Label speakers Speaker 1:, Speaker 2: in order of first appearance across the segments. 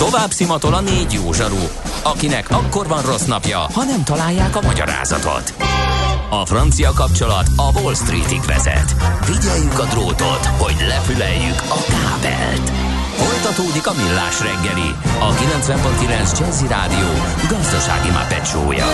Speaker 1: Tovább szimatol a 4 jó zsaru, akinek akkor van rossz napja, ha nem találják a magyarázatot. A francia kapcsolat a Wall Streetig vezet. Figyeljük a drótot, hogy lefüleljük a kábelt. Folytatódik a Millás reggeli, a 90.9 Jazzy Rádió gazdasági Muppet show-ja.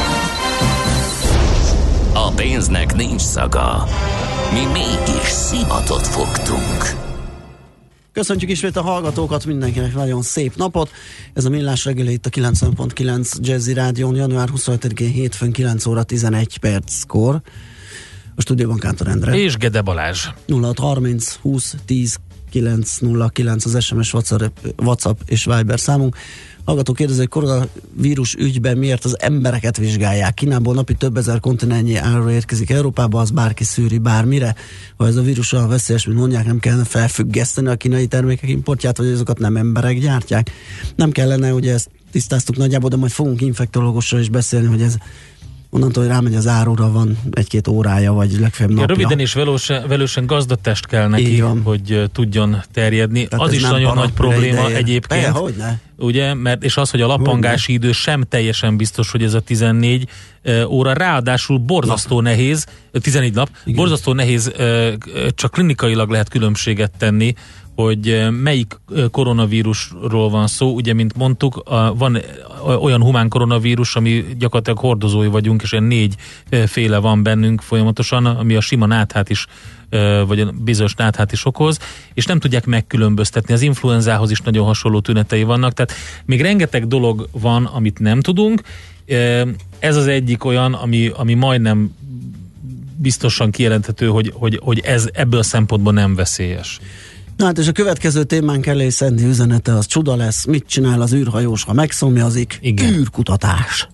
Speaker 1: A pénznek nincs szaga. Mi mégis szimatot fogtunk.
Speaker 2: Köszöntjük ismét a hallgatókat, mindenkinek nagyon szép napot. Ez a Millás reggeli itt a 90.9 Jazzy Rádión, január 27-én hétfőn 9 óra 11 perckor. A stúdióban Kántor Endre.
Speaker 3: És Gede Balázs.
Speaker 2: 0630 20 10 909 az SMS, WhatsApp és Viber számunk. Hallgató kérdező, hogy koronavírus ügyben miért az embereket vizsgálják. Kínából napi több ezer kontinensnyi áru érkezik Európába, az bárki szűri bármire. Ha ez a vírus olyan veszélyes, mint mondják, nem kellene felfüggeszteni a kínai termékek importját, vagy azokat nem emberek gyártják. Nem kellene, ugye ezt tisztáztuk nagyjából, de majd fogunk infektológussal is beszélni, hogy ez onnantól, hogy rámegy az árura, van 1-2 órája, vagy legfeljebb napja.
Speaker 3: Röviden és velősen gazdatest kell neki, hogy tudjon terjedni. Tehát az is nagyon nagy probléma ideje. Egyébként.
Speaker 2: Hogyne.
Speaker 3: Ugye, mert és az, hogy a lappangási idő sem teljesen biztos, hogy ez a 14 óra, ráadásul borzasztó nehéz, 14 nap, igen. Borzasztó nehéz, csak klinikailag lehet különbséget tenni, hogy melyik koronavírusról van szó. Ugye, mint mondtuk, van olyan humán koronavírus, ami gyakorlatilag hordozói vagyunk, és ilyen 4 féle van bennünk folyamatosan, ami a sima náthát is, vagy a bizonyos náthát is okoz, és nem tudják megkülönböztetni. Az influenzához is nagyon hasonló tünetei vannak, tehát még rengeteg dolog van, amit nem tudunk. Ez az egyik olyan, ami majdnem biztosan kijelenthető, hogy ez ebből a szempontból nem veszélyes.
Speaker 2: Na hát, és a következő témánk elé Szendi üzenete az csuda lesz. Mit csinál az űrhajós, ha megszomjazik?
Speaker 3: Igen.
Speaker 2: Űrkutatás.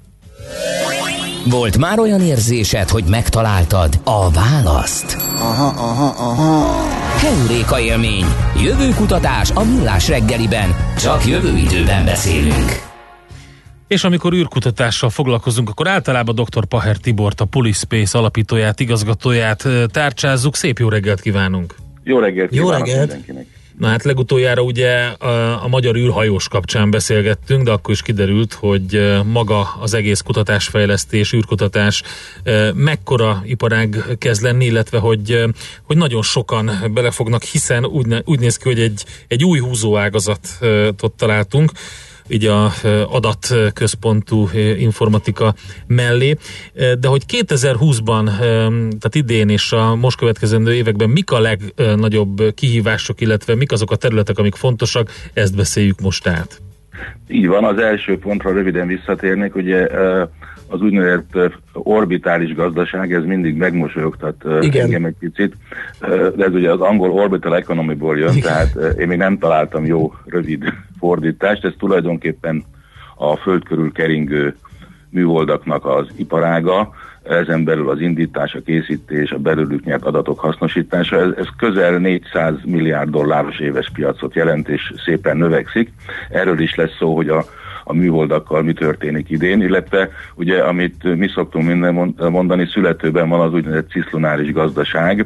Speaker 1: Volt már olyan érzésed, hogy megtaláltad a választ?
Speaker 2: Aha.
Speaker 1: Heuréka élmény. Jövőkutatás a Millás reggeliben. Csak jövő időben beszélünk.
Speaker 3: És amikor űrkutatással foglalkozunk, akkor általában dr. Paher Tibort, a Polispace alapítóját, igazgatóját tárcsázzuk. Szép jó reggelt kívánunk!
Speaker 4: Jó reggelt kívánok mindenkinek!
Speaker 3: Na hát legutoljára ugye a magyar űrhajós kapcsán beszélgettünk, de akkor is kiderült, hogy maga az egész kutatásfejlesztés, űrkutatás mekkora iparág kezd lenni, illetve hogy nagyon sokan belefognak, hiszen úgy néz ki, hogy egy új húzóágazatot találtunk, így a adatközpontú informatika mellé, de hogy 2020-ban, tehát idén és a most következendő években mik a legnagyobb kihívások, illetve mik azok a területek, amik fontosak, ezt beszéljük most át.
Speaker 4: Így van, az első pontra röviden visszatérnék, ugye az úgynevezett orbitális gazdaság, ez mindig megmosolyogtat engem egy picit, de ez ugye az angol orbital economy-ból jön, tehát én még nem találtam jó rövid fordítást, ez tulajdonképpen a föld körül keringő műholdaknak az iparága, ezen belül az indítás, a készítés, a belőlük nyert adatok hasznosítása, ez közel 400 milliárd dolláros éves piacot jelent, és szépen növekszik. Erről is lesz szó, hogy a műholdakkal mi történik idén, illetve ugye, amit mi szoktunk minden mondani, születőben van az úgynevezett ciszlunáris gazdaság,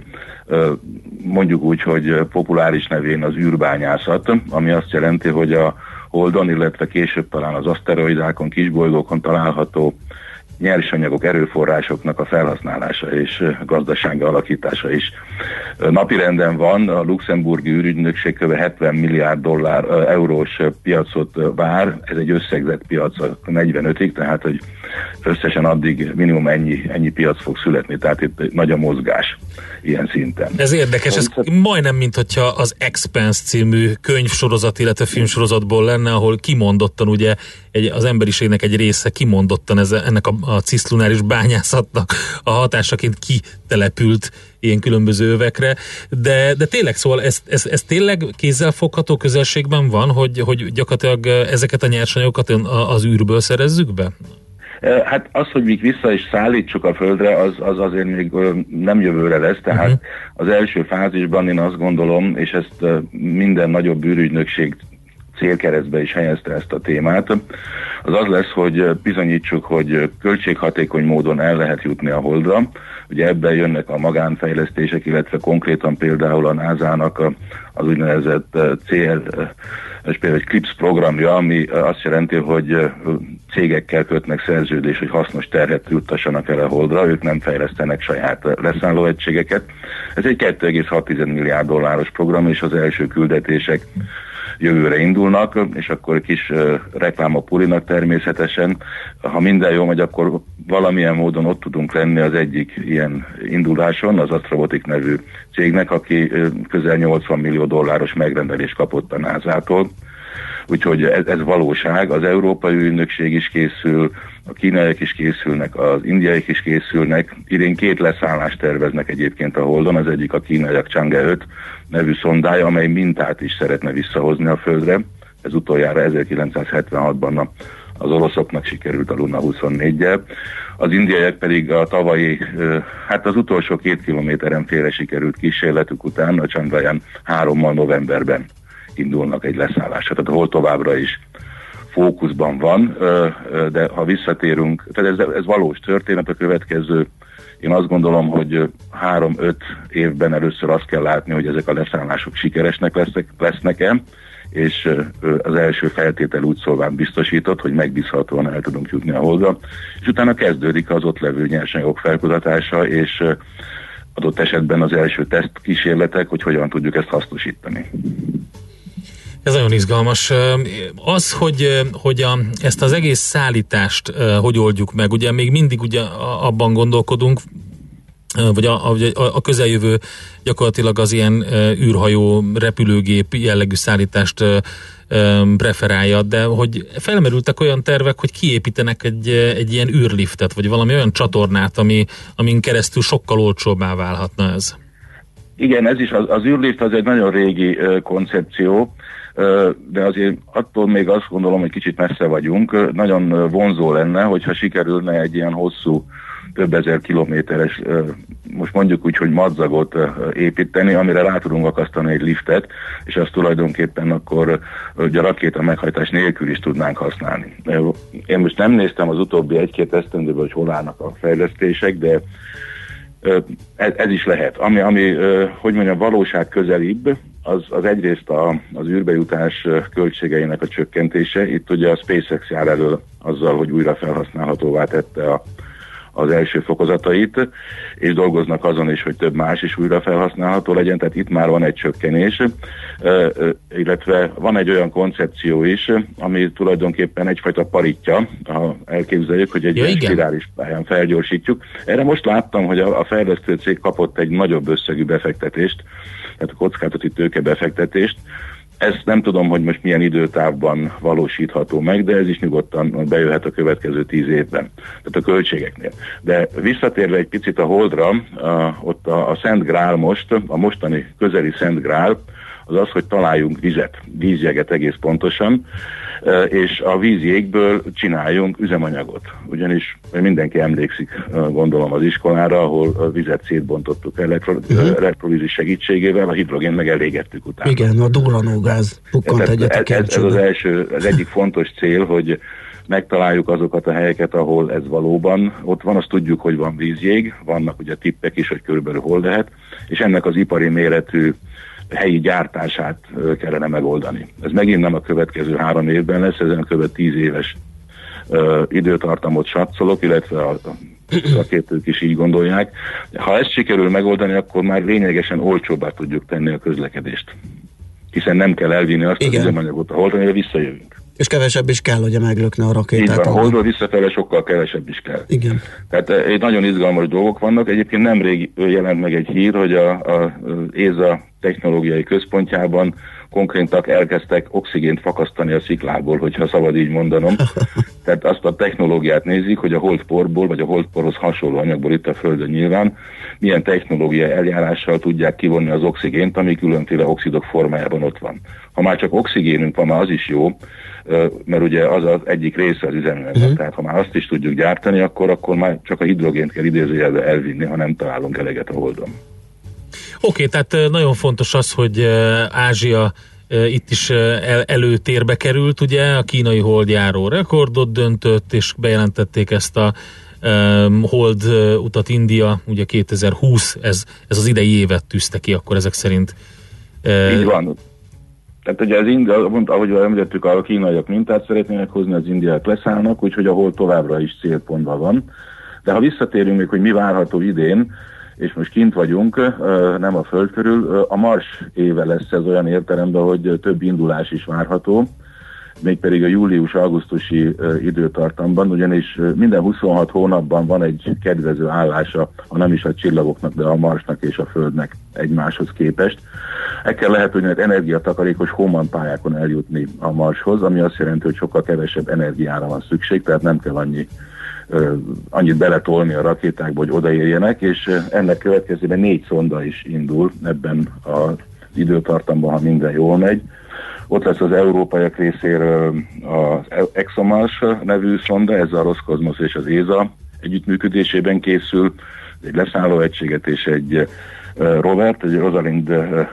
Speaker 4: mondjuk úgy, hogy populáris nevén az űrbányászat, ami azt jelenti, hogy a Holdon, illetve később talán az aszteroidákon, kisbolygókon található nyersanyagok, erőforrásoknak a felhasználása és gazdasága alakítása is napirenden van. A luxemburgi űrügynökség kb. 70 milliárd eurós piacot vár, ez egy összegzett piac a 45-ig, tehát hogy összesen addig minimum ennyi piac fog születni, tehát itt nagy a mozgás ilyen szinten.
Speaker 3: Ez érdekes, ez majdnem, mint hogyha az Expanse című könyvsorozat, illetve filmsorozatból lenne, ahol kimondottan ugye az emberiségnek egy része kimondottan ennek a ciszlunáris bányászatnak a hatásaként kitelepült ilyen különböző övekre, de tényleg szóval ez tényleg kézzelfogható közelségben van, hogy gyakorlatilag ezeket a nyersanyagokat az űrből szerezzük be?
Speaker 4: Hát az, hogy még vissza is szállítsuk a Földre, az azért még nem jövőre lesz, tehát az első fázisban én azt gondolom, és ezt minden nagyobb űrügynökség célkeresztbe is helyezte ezt a témát, az lesz, hogy bizonyítsuk, hogy költséghatékony módon el lehet jutni a Holdra, Ugye ebben jönnek a magánfejlesztések, illetve konkrétan például a NASA-nak az úgynevezett CR, például egy CLIPS programja, ami azt jelenti, hogy cégekkel kötnek szerződés, hogy hasznos terhet juttassanak el a Holdra, ők nem fejlesztenek saját leszállóegységeket. Ez egy 2,6 milliárd dolláros program, és az első küldetések jövőre indulnak, és akkor kis reklám a pulinak természetesen. Ha minden jól megy, akkor valamilyen módon ott tudunk lenni az egyik ilyen induláson, az Astrobotic nevű cégnek, aki közel 80 millió dolláros megrendelést kapott a NASA-tól. Úgyhogy ez valóság, az európai ügynökség is készül, a kínaiak is készülnek, az indiaiak is készülnek. Idén 2 leszállást terveznek egyébként a Holdon, az egyik a kínaiak Chang'e 5 nevű szondája, amely mintát is szeretne visszahozni a Földre. Ez utoljára 1976-ban az oroszoknak sikerült a Luna 24-jel. Az indiaiak pedig a tavalyi, az utolsó 2 kilométeren félre sikerült kísérletük után, a Chandrayaan 3-mal novemberben indulnak egy leszállásra. Tehát hol továbbra is fókuszban van, de ha visszatérünk, tehát ez valós történet, a következő, én azt gondolom, hogy 3-5 évben először azt kell látni, hogy ezek a leszállások sikeresnek lesznek-e, és az első feltétel úgy szólván biztosított, hogy megbízhatóan el tudunk jutni a Holdra, és utána kezdődik az ott levő nyersanyagok felkutatása, és adott esetben az első teszt kísérletek, hogy hogyan tudjuk ezt hasznosítani.
Speaker 3: Ez nagyon izgalmas. Az, hogy ezt az egész szállítást hogy oldjuk meg, ugye még mindig ugye abban gondolkodunk, vagy a közeljövő gyakorlatilag az ilyen űrhajó, repülőgép jellegű szállítást preferálja, de hogy felmerültek olyan tervek, hogy kiépítenek egy ilyen űrliftet, vagy valami olyan csatornát, amin keresztül sokkal olcsóbbá válhatna ez.
Speaker 4: Igen, ez is az űrlift az egy nagyon régi koncepció, de azért attól még azt gondolom, hogy kicsit messze vagyunk. Nagyon vonzó lenne, hogyha sikerülne egy ilyen hosszú, több ezer kilométeres, most mondjuk úgy, hogy madzagot építeni, amire rá tudunk akasztani egy liftet, és azt tulajdonképpen akkor a rakéta meghajtás nélkül is tudnánk használni. Én most nem néztem az utóbbi 1-2 esztendőben, hogy hol állnak a fejlesztések, de ez is lehet. Ami hogy mondjam, valóság közelibb, az egyrészt az űrbejutás költségeinek a csökkentése. Itt ugye a SpaceX jár elő azzal, hogy újra felhasználhatóvá tette az első fokozatait, és dolgoznak azon is, hogy több más is újra felhasználható legyen, tehát itt már van egy csökkenés, illetve van egy olyan koncepció is, ami tulajdonképpen egyfajta paritja, ha elképzeljük, hogy egy spirális pályán felgyorsítjuk. Erre most láttam, hogy a fejlesztő cég kapott egy nagyobb összegű befektetést, tehát a kockázati tőke befektetést. Ezt nem tudom, hogy most milyen időtávban valósítható meg, de ez is nyugodtan bejöhet a következő 10 évben, tehát a költségeknél. De visszatérve egy picit a Holdra, ott a Szent Grál most, a mostani közeli Szent Grál, az, hogy találjunk vizet, vízjeget egész pontosan, és a vízjégből csináljunk üzemanyagot. Ugyanis mindenki emlékszik, gondolom, az iskolára, ahol a vizet szétbontottuk elektrolízis segítségével, a hidrogén meg elégettük utána.
Speaker 2: Igen, a duranógáz pukkant egyet a
Speaker 4: kercsőben. Ez az egyik fontos cél, hogy megtaláljuk azokat a helyeket, ahol ez valóban ott van, azt tudjuk, hogy van vízjég, vannak ugye tippek is, hogy körülbelül hol lehet, és ennek az ipari méretű helyi gyártását kellene megoldani. Ez megint nem a következő 3 évben lesz, ezen a kb. 10 éves időtartamot satszolok, illetve a szakértők is így gondolják. Ha ezt sikerül megoldani, akkor már lényegesen olcsóbbá tudjuk tenni a közlekedést. Hiszen nem kell elvinni azt az üzemanyagot a Holdra, amire visszajövünk.
Speaker 2: És kevesebb is kell, ugye meglökne a rakétát.
Speaker 4: Így van, a Holdról visszafele sokkal kevesebb is kell.
Speaker 2: Igen.
Speaker 4: Tehát nagyon izgalmas dolgok vannak. Egyébként nemrég jelent meg egy hír, hogy az ESA technológiai központjában konkrétan elkezdtek oxigént fakasztani a sziklából, hogyha szabad így mondanom. Tehát azt a technológiát nézik, hogy a holdporból, vagy a holdporhoz hasonló anyagból itt a Földön nyilván milyen technológiai eljárással tudják kivonni az oxigént, ami különféle oxidok formájában ott van. Ha már csak oxigénünk van, már az is jó, mert ugye az az egyik része az üzemanyagnak, tehát ha már azt is tudjuk gyártani, akkor már csak a hidrogént kell idézőjelbe elvinni, ha nem találunk eleget a Holdon.
Speaker 3: Oké, tehát nagyon fontos az, hogy Ázsia itt is előtérbe került, ugye a kínai holdjáró rekordot döntött, és bejelentették ezt a hold utat India, ugye 2020, ez az idei évet tűzte ki, akkor ezek szerint.
Speaker 4: Így van. Tehát ugye az India, ahogy említettük, a kínaiak mintát szeretnének hozni, az indiák leszállnak, úgyhogy a hold továbbra is célpontban van. De ha visszatérünk még, hogy mi várható idén, és most kint vagyunk, nem a Föld körül, a Mars éve lesz ez olyan értelemben, hogy több indulás is várható, mégpedig a július-augusztusi időtartamban, ugyanis minden 26 hónapban van egy kedvező állása, ha nem is a csillagoknak, de a Marsnak és a Földnek egymáshoz képest. Ekkel lehet úgynevezett energiatakarékos Hohmann pályákon eljutni a Marshoz, ami azt jelenti, hogy sokkal kevesebb energiára van szükség, tehát nem kell annyit beletolni a rakétákba, hogy odaérjenek, és ennek következtében 4 szonda is indul ebben az időtartamban, ha minden jól megy. Ott lesz az európaiak részéről az ExoMars nevű szonda, ez a Roskosmos és az ESA együttműködésében készül, egy leszálló egységet és egy rovert, egy Rosalind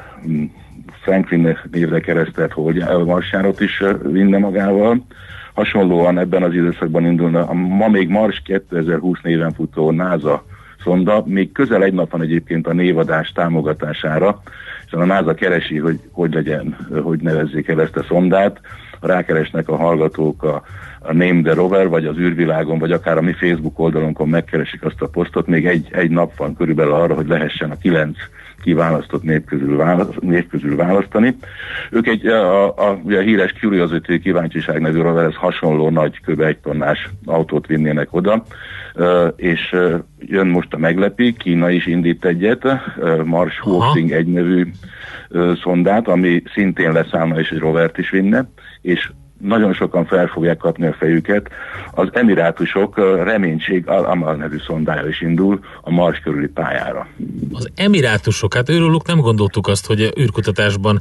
Speaker 4: Franklin névre keresztelt marsjárót is vinne magával. Hasonlóan ebben az időszakban indulna a ma még Mars 2020 néven futó NASA szonda, még közel egy nap van egyébként a névadás támogatására, és a NASA keresi, hogy legyen, hogy nevezzék el ezt a szondát. Rákeresnek a hallgatók a Name the Rover, vagy az űrvilágon, vagy akár a mi Facebook oldalunkon megkeresik azt a posztot, még egy nap van körülbelül arra, hogy lehessen a 9 kiválasztott név közül választani. Ők ugye a híres Curiosity kíváncsiság nevű roverhez hasonló nagy kb. 1 tonnás autót vinnének oda, és jön most a meglepi, Kína is indít egyet, Mars Huoxing 1 nevű szondát, ami szintén leszállna és egy rovert is vinne, és nagyon sokan fel fogják kapni a fejüket. Az Emirátusok Reménység Al-Amal nevű szondája is indul a Mars körüli pályára.
Speaker 3: Az Emirátusok, hát őrülük nem gondoltuk azt, hogy űrkutatásban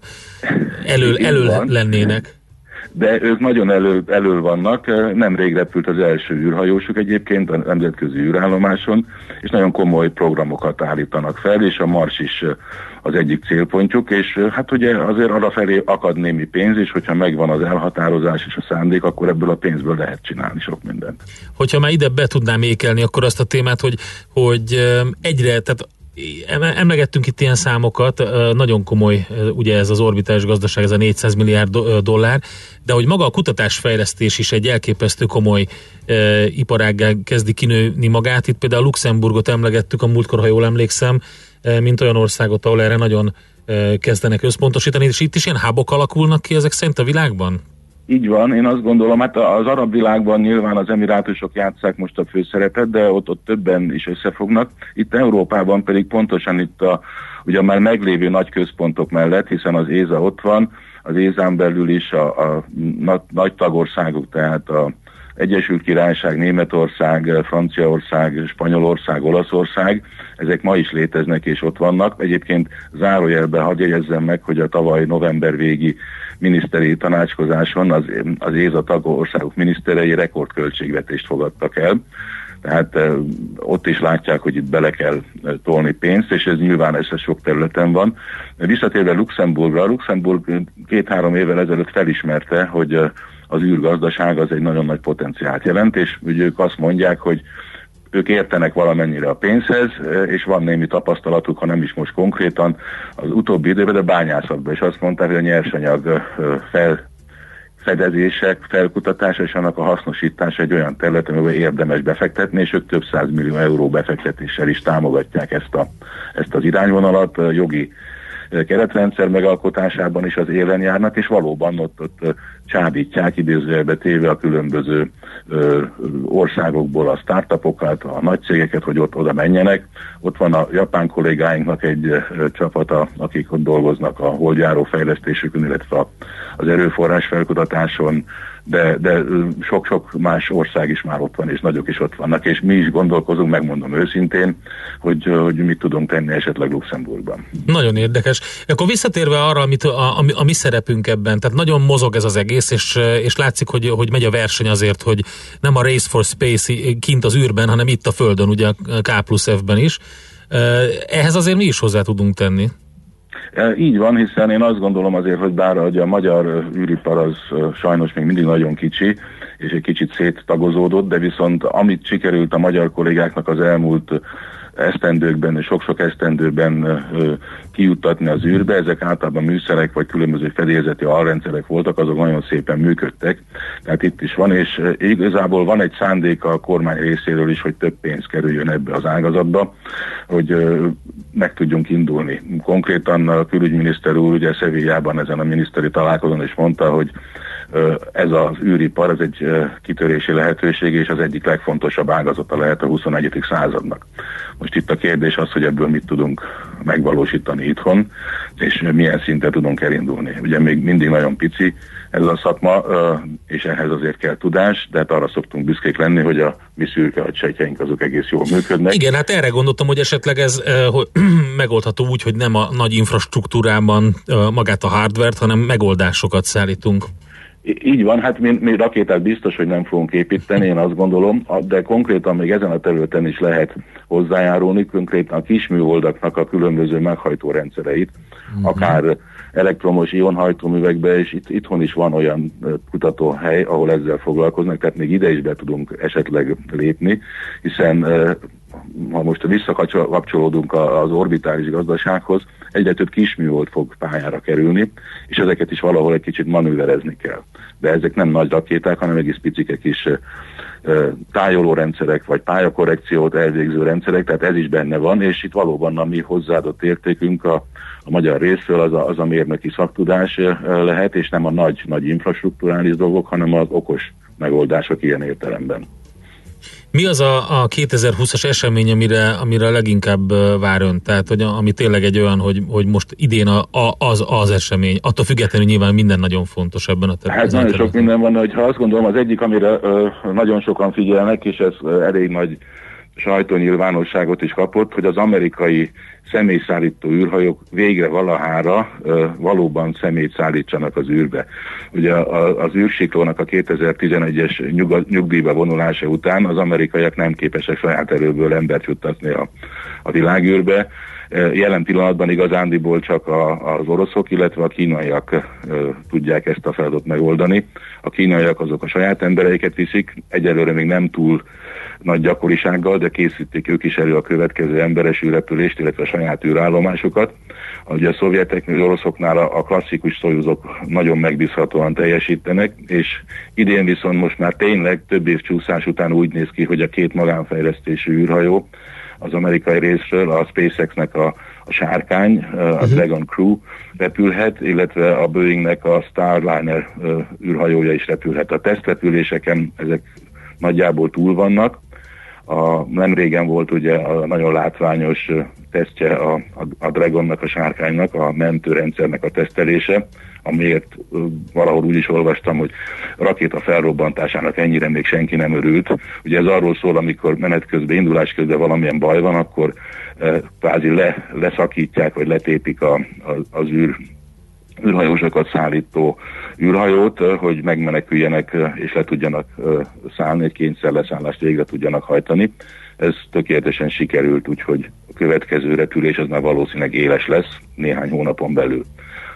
Speaker 3: elől lennének.
Speaker 4: De ők nagyon elől vannak, nemrég repült az első űrhajósuk egyébként a nemzetközi űrállomáson, és nagyon komoly programokat állítanak fel, és a Mars is az egyik célpontjuk, és hát ugye azért arrafelé akad némi pénz, és hogyha megvan az elhatározás és a szándék, akkor ebből a pénzből lehet csinálni sok mindent.
Speaker 3: Hogyha már ide be tudnám ékelni, akkor azt a témát, hogy egyre, tehát emlegettünk itt ilyen számokat, nagyon komoly ugye ez az orbitális gazdaság, ez a 400 milliárd dollár, de hogy maga a kutatásfejlesztés is egy elképesztő komoly iparággá kezdi kinőni magát. Itt például Luxemburgot emlegettük a múltkor, ha jól emlékszem, mint olyan országot, ahol erre nagyon kezdenek összpontosítani, és itt is ilyen hubok alakulnak ki ezek szerint a világban?
Speaker 4: Így van, én azt gondolom, hát az arab világban nyilván az emirátusok játsszák most a főszerepet, de ott többen is összefognak. Itt Európában pedig pontosan itt ugye már meglévő nagy központok mellett, hiszen az ESA ott van, az ESA-n belül is a nagy tagországok, tehát a Egyesült Királyság, Németország, Franciaország, Spanyolország, Olaszország, ezek ma is léteznek és ott vannak. Egyébként zárójelben hadd jegyezzem meg, hogy a tavaly november végi miniszteri tanácskozáson az ESA tagországok miniszterei rekordköltségvetést fogadtak el. Tehát ott is látják, hogy itt bele kell tolni pénzt, és ez nyilván ez sok területen van. Visszatérve Luxemburgra, Luxemburg 2-3 évvel ezelőtt felismerte, hogy az űrgazdaság az egy nagyon nagy potenciált jelent, és ugye ők azt mondják, hogy ők értenek valamennyire a pénzhez, és van némi tapasztalatuk, ha nem is most konkrétan, az utóbbi időben, de bányászatban, és azt mondták, hogy a nyersanyag felfedezések, felkutatása és annak a hasznosítása egy olyan terület, amiben érdemes befektetni, és ők több 100 millió euró befektetéssel is támogatják ezt az irányvonalat, jogi keretrendszer megalkotásában is az élen járnak, és valóban ott csábítják, idézőjelbe téve a különböző országokból a startupokat, a nagy cégeket, hogy oda menjenek. Ott van a japán kollégáinknak egy csapata, akik ott dolgoznak a holdjáró fejlesztésükön, illetve az erőforrás felkutatáson, de sok-sok más ország is már ott van, és nagyok is ott vannak, és mi is gondolkozunk, megmondom őszintén, hogy mit tudunk tenni esetleg Luxemburgban.
Speaker 3: Nagyon érdekes. Akkor visszatérve arra, a mi szerepünk ebben, tehát nagyon mozog ez az egész, és látszik, hogy megy a verseny azért, hogy nem a Race for Space kint az űrben, hanem itt a Földön, ugye a K+F-ben is. Ehhez azért mi is hozzá tudunk tenni?
Speaker 4: Így van, hiszen én azt gondolom azért, hogy bár a magyar űripar az sajnos még mindig nagyon kicsi, és egy kicsit széttagozódott, de viszont amit sikerült a magyar kollégáknak az elmúlt esztendőkben, sok-sok esztendőben kijuttatni az űrbe, ezek általában műszerek vagy különböző fedélzeti alrendszerek voltak, azok nagyon szépen működtek. Tehát itt is van, és igazából van egy szándék a kormány részéről is, hogy több pénz kerüljön ebbe az ágazatba, hogy meg tudjunk indulni. Konkrétan a külügyminiszter úr ugye Sevillában ezen a miniszteri találkozón is mondta, hogy ez az űripar, ez egy kitörési lehetőség, és az egyik legfontosabb ágazata lehet a 21. századnak. Most itt a kérdés az, hogy ebből mit tudunk megvalósítani itthon, és milyen szinten tudunk elindulni. Ugye még mindig nagyon pici ez a szakma, és ehhez azért kell tudás, de hát arra szoktunk büszkék lenni, hogy a mi szürke agysejtjeink azok egész jól működnek.
Speaker 3: Igen, hát erre gondoltam, hogy esetleg ez megoldható úgy, hogy nem a nagy infrastruktúrában magát a hardvert, hanem megoldásokat szállítunk.
Speaker 4: Így van, hát mi rakétát biztos, hogy nem fogunk építeni, én azt gondolom, de konkrétan még ezen a területen is lehet hozzájárulni, konkrétan a kisműholdaknak a különböző meghajtó rendszereit, akár elektromos ionhajtóművekbe, és itthon is van olyan kutatóhely, ahol ezzel foglalkoznak, tehát még ide is be tudunk esetleg lépni, hiszen ha most visszakapcsolódunk az orbitális gazdasághoz, egyre több kisműhold fog pályára kerülni, és ezeket is valahol egy kicsit manőverezni kell. De ezek nem nagy rakéták, hanem egész picike kis tájoló rendszerek, vagy pályakorrekciót elvégző rendszerek, tehát ez is benne van, és itt valóban a mi hozzáadott értékünk a magyar részről az a mérnöki szaktudás lehet, és nem a nagy infrastrukturális dolgok, hanem az okos megoldások ilyen értelemben.
Speaker 3: Mi az a 2020-as esemény, amire leginkább vár ön? Tehát, hogy ami tényleg egy olyan, hogy most idén az esemény. Attól függetlenül nyilván minden nagyon fontos ebben a területen.
Speaker 4: Hát nagyon sok minden van, hogyha azt gondolom, az egyik, amire nagyon sokan figyelnek, és ez elég nagy sajtónyilvánosságot is kapott, hogy az amerikai személyszállító űrhajók végre valahára valóban személyt szállítsanak az űrbe. Ugye az űrsiklónak a 2011-es nyugdíjba vonulása után az amerikaiak nem képesek saját erőből embert juttatni a világűrbe. Jelen pillanatban igazándiból csak az oroszok, illetve a kínaiak tudják ezt a feladatot megoldani. A kínaiak azok a saját embereiket viszik, egyelőre még nem túl nagy gyakorisággal, de készítik ők is elő a következő emberes űrrepülést, illetve a saját űrállomásokat. Ugye a szovjeteknél, az oroszoknál a klasszikus szojuzok nagyon megbízhatóan teljesítenek, és idén viszont most már tényleg több év csúszás után úgy néz ki, hogy a két magánfejlesztésű űrhajó az amerikai részről, a SpaceX-nek a Sárkány, a Dragon Crew repülhet, illetve a Boeingnek a Starliner űrhajója is repülhet. A tesztrepüléseken ezek nagyjából túl vannak. Nem régen volt ugye a nagyon látványos tesztje a Dragonnak, a Sárkánynak, a mentőrendszernek a tesztelése, amiért valahol úgy is olvastam, hogy rakéta felrobbantásának ennyire még senki nem örült. Ugye ez arról szól, amikor menet közben, indulás közben valamilyen baj van, akkor kvázi leszakítják, vagy letépik az űrhajósokat szállító űrhajót, hogy megmeneküljenek és le tudjanak szállni, egy kényszerleszállást végre tudjanak hajtani. Ez tökéletesen sikerült, úgyhogy a következő repülés az már valószínűleg éles lesz néhány hónapon belül.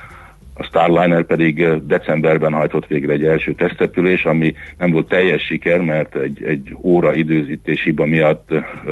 Speaker 4: A Starliner pedig decemberben hajtott végre egy első tesztrepülés, ami nem volt teljes siker, mert egy óra időzítés hiba miatt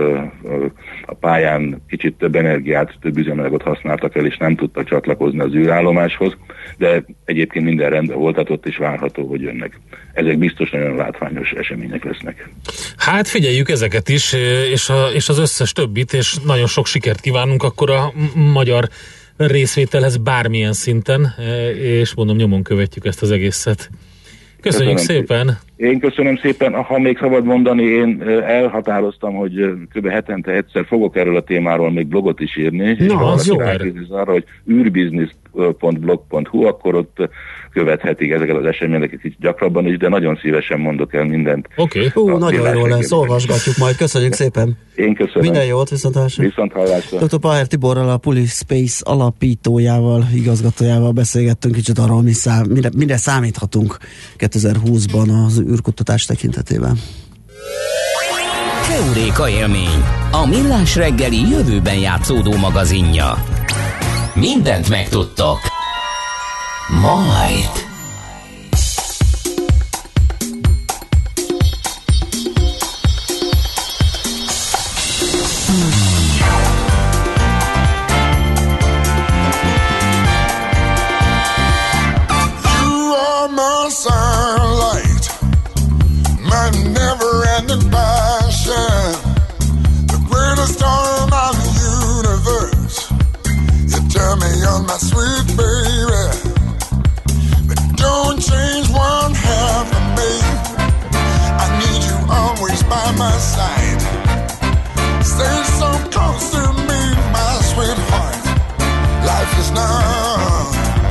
Speaker 4: a pályán kicsit több energiát, több üzemanyagot használtak el, és nem tudtak csatlakozni az űrállomáshoz, de egyébként minden rendben volt, tehát ott is várható, hogy jönnek. Ezek biztos nagyon látványos események lesznek.
Speaker 3: Hát figyeljük ezeket is, és az összes többit, és nagyon sok sikert kívánunk akkor a magyar részvételhez bármilyen szinten, és mondom, nyomon követjük ezt az egészet. Köszönjük szépen!
Speaker 4: Én köszönöm szépen, ha még szabad mondani, én elhatároztam, hogy kb. Hetente egyszer fogok erről a témáról még blogot is írni, és
Speaker 3: az jó
Speaker 4: arra, hogy űrbiznisz.blog.hu, akkor ott követhetik ezeket az eseményeket kicsit gyakrabban is, de nagyon szívesen mondok el mindent.
Speaker 3: Oké.
Speaker 2: Nagyon jó lesz, olvasgatjuk majd. Köszönjük szépen!
Speaker 4: Én köszönöm.
Speaker 2: Minden jót, viszonthallásra. Dr. Paher Tiborral, a PuliSpace alapítójával, igazgatójával beszélgettünk kicsit arról, mire számíthatunk 2020-ban az űrkutatás tekintetében.
Speaker 1: Heuréka élmény, a Millás reggeli jövőben játszódó magazinja. Mindent megtudtok. Majd.
Speaker 5: My sweet baby, but don't change one half of me. I need you always by my side. Stay so close to me, my sweetheart. Life is now.